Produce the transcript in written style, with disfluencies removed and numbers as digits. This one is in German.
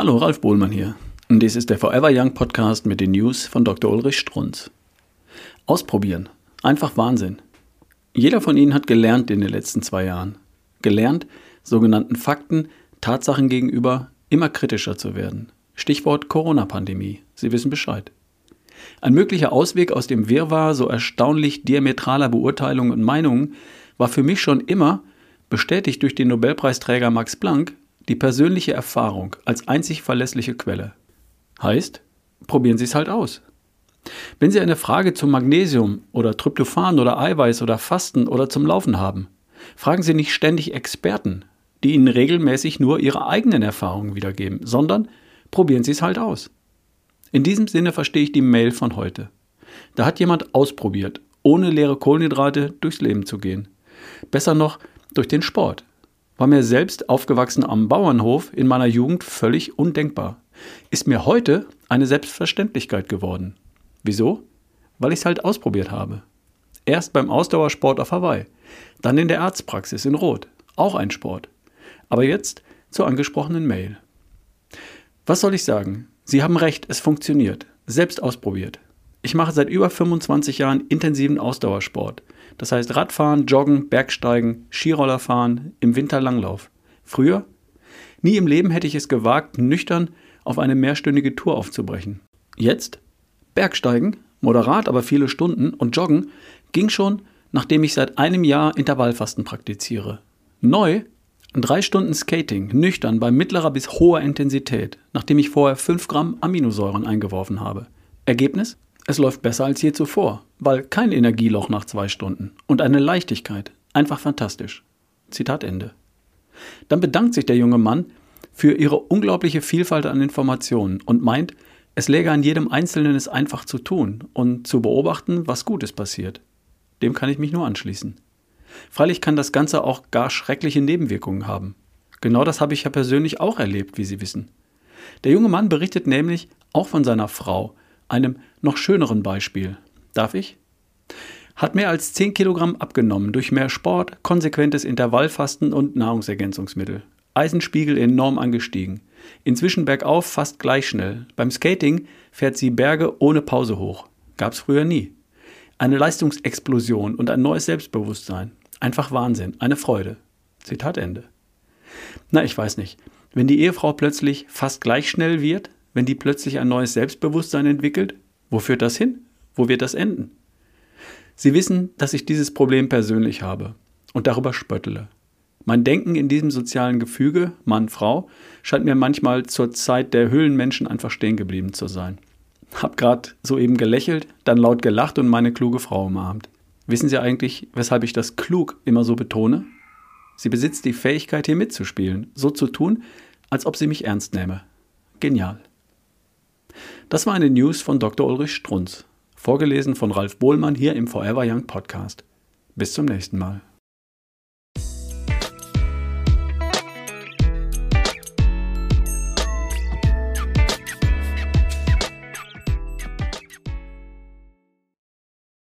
Hallo, Ralf Bohlmann hier. Und dies ist der Forever Young Podcast mit den News von Dr. Ulrich Strunz. Ausprobieren. Einfach Wahnsinn. Jeder von Ihnen hat gelernt in den letzten 2 Jahren. Gelernt, sogenannten Fakten, Tatsachen gegenüber immer kritischer zu werden. Stichwort Corona-Pandemie. Sie wissen Bescheid. Ein möglicher Ausweg aus dem Wirrwarr so erstaunlich diametraler Beurteilungen und Meinungen war für mich schon immer, bestätigt durch den Nobelpreisträger Max Planck, die persönliche Erfahrung als einzig verlässliche Quelle. Heißt, probieren Sie es halt aus. Wenn Sie eine Frage zum Magnesium oder Tryptophan oder Eiweiß oder Fasten oder zum Laufen haben, fragen Sie nicht ständig Experten, die Ihnen regelmäßig nur ihre eigenen Erfahrungen wiedergeben, sondern probieren Sie es halt aus. In diesem Sinne verstehe ich die Mail von heute. Da hat jemand ausprobiert, ohne leere Kohlenhydrate durchs Leben zu gehen. Besser noch, durch den Sport. War mir selbst aufgewachsen am Bauernhof in meiner Jugend völlig undenkbar. Ist mir heute eine Selbstverständlichkeit geworden. Wieso? Weil ich es halt ausprobiert habe. Erst beim Ausdauersport auf Hawaii, dann in der Arztpraxis in Roth, auch ein Sport. Aber jetzt zur angesprochenen Mail. Was soll ich sagen? Sie haben recht, es funktioniert. Selbst ausprobiert. Ich mache seit über 25 Jahren intensiven Ausdauersport. Das heißt Radfahren, Joggen, Bergsteigen, Skiroller fahren, im Winter Langlauf. Früher? Nie im Leben hätte ich es gewagt, nüchtern auf eine mehrstündige Tour aufzubrechen. Jetzt? Bergsteigen, moderat, aber viele Stunden und Joggen ging schon, nachdem ich seit einem Jahr Intervallfasten praktiziere. Neu? 3 Stunden Skating, nüchtern bei mittlerer bis hoher Intensität, nachdem ich vorher 5 Gramm Aminosäuren eingeworfen habe. Ergebnis? Es läuft besser als je zuvor, weil kein Energieloch nach 2 Stunden und eine Leichtigkeit. Einfach fantastisch. Zitat Ende. Dann bedankt sich der junge Mann für ihre unglaubliche Vielfalt an Informationen und meint, es läge an jedem Einzelnen, es einfach zu tun und zu beobachten, was Gutes passiert. Dem kann ich mich nur anschließen. Freilich kann das Ganze auch gar schreckliche Nebenwirkungen haben. Genau das habe ich ja persönlich auch erlebt, wie Sie wissen. Der junge Mann berichtet nämlich auch von seiner Frau, einem noch schöneren Beispiel. Darf ich? Hat mehr als 10 Kilogramm abgenommen durch mehr Sport, konsequentes Intervallfasten und Nahrungsergänzungsmittel. Eisenspiegel enorm angestiegen. Inzwischen bergauf fast gleich schnell. Beim Skating fährt sie Berge ohne Pause hoch. Gab's früher nie. Eine Leistungsexplosion und ein neues Selbstbewusstsein. Einfach Wahnsinn, eine Freude. Zitat Ende. Na, ich weiß nicht. Wenn die Ehefrau plötzlich fast gleich schnell wird, wenn die plötzlich ein neues Selbstbewusstsein entwickelt, wo führt das hin? Wo wird das enden? Sie wissen, dass ich dieses Problem persönlich habe und darüber spöttele. Mein Denken in diesem sozialen Gefüge, Mann, Frau, scheint mir manchmal zur Zeit der Höhlenmenschen einfach stehen geblieben zu sein. Hab grad soeben gelächelt, dann laut gelacht und meine kluge Frau umarmt. Wissen Sie eigentlich, weshalb ich das klug immer so betone? Sie besitzt die Fähigkeit, hier mitzuspielen, so zu tun, als ob sie mich ernst nähme. Genial. Das war eine News von Dr. Ulrich Strunz, vorgelesen von Ralf Bohlmann hier im Forever Young Podcast. Bis zum nächsten Mal.